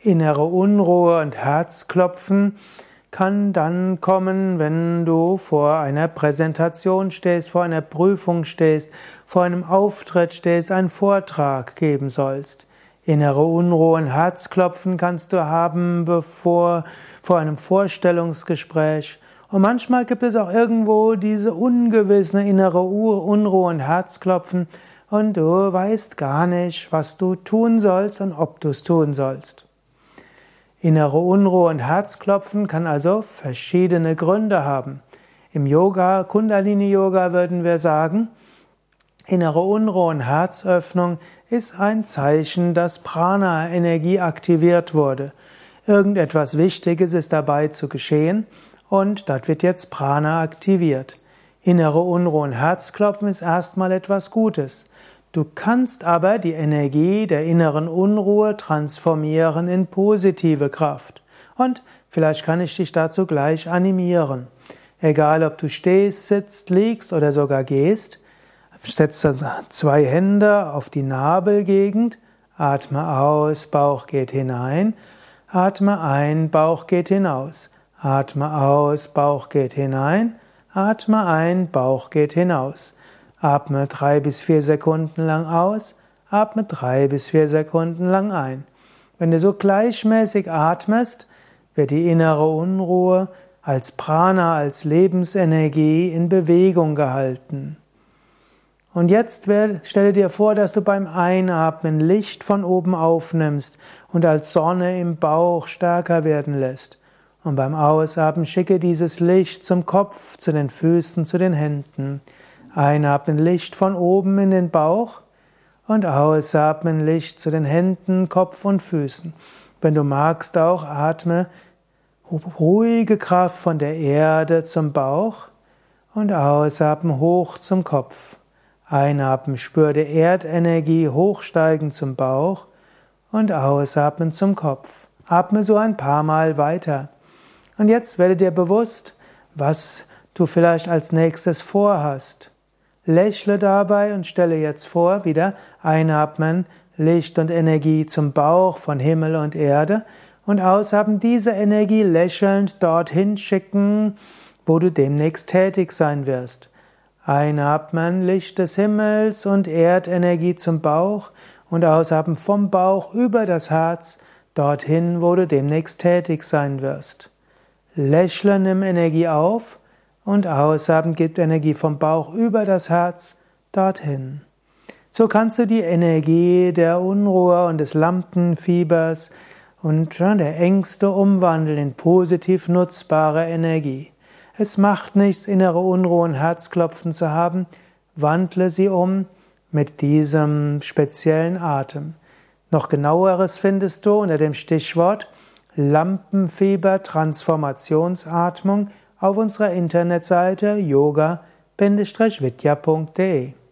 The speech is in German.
Innere Unruhe und Herzklopfen kann dann kommen, wenn du vor einer Präsentation stehst, vor einer Prüfung stehst, vor einem Auftritt stehst, einen Vortrag geben sollst. Innere Unruhe und Herzklopfen kannst du haben vor einem Vorstellungsgespräch. Und manchmal gibt es auch irgendwo diese ungewisse innere Unruhe und Herzklopfen und du weißt gar nicht, was du tun sollst und ob du es tun sollst. Innere Unruhe und Herzklopfen kann also verschiedene Gründe haben. Im Yoga, Kundalini-Yoga würden wir sagen, innere Unruhe und Herzöffnung ist ein Zeichen, dass Prana-Energie aktiviert wurde. Irgendetwas Wichtiges ist dabei zu geschehen und dort wird jetzt Prana aktiviert. Innere Unruhe und Herzklopfen ist erstmal etwas Gutes. Du kannst aber die Energie der inneren Unruhe transformieren in positive Kraft. Und vielleicht kann ich dich dazu gleich animieren. Egal, ob du stehst, sitzt, liegst oder sogar gehst, setze 2 Hände auf die Nabelgegend, atme aus, Bauch geht hinein, atme ein, Bauch geht hinaus, atme aus, Bauch geht hinein, atme ein, Bauch geht hinaus. Atme 3 bis 4 Sekunden lang aus, atme 3 bis 4 Sekunden lang ein. Wenn du so gleichmäßig atmest, wird die innere Unruhe als Prana, als Lebensenergie in Bewegung gehalten. Und jetzt stelle dir vor, dass du beim Einatmen Licht von oben aufnimmst und als Sonne im Bauch stärker werden lässt. Und beim Ausatmen schicke dieses Licht zum Kopf, zu den Füßen, zu den Händen. Einatmen Licht von oben in den Bauch und ausatmen Licht zu den Händen, Kopf und Füßen. Wenn du magst auch, atme ruhige Kraft von der Erde zum Bauch und ausatmen hoch zum Kopf. Einatmen, spür die Erdenergie hochsteigen zum Bauch und ausatmen zum Kopf. Atme so ein paar Mal weiter. Und jetzt werde dir bewusst, was du vielleicht als nächstes vorhast. Lächle dabei und stelle jetzt vor, wieder einatmen, Licht und Energie zum Bauch von Himmel und Erde und ausatmen, diese Energie lächelnd dorthin schicken, wo du demnächst tätig sein wirst. Einatmen, Licht des Himmels und Erdenergie zum Bauch und ausatmen vom Bauch über das Herz dorthin, wo du demnächst tätig sein wirst. Lächle, nimm Energie auf und ausatmen, gibt Energie vom Bauch über das Herz dorthin. So kannst du die Energie der Unruhe und des Lampenfiebers und der Ängste umwandeln in positiv nutzbare Energie. Es macht nichts, innere Unruhe und Herzklopfen zu haben, wandle sie um mit diesem speziellen Atem. Noch genaueres findest du unter dem Stichwort Lampenfieber Transformationsatmung auf unserer Internetseite yoga-vidya.de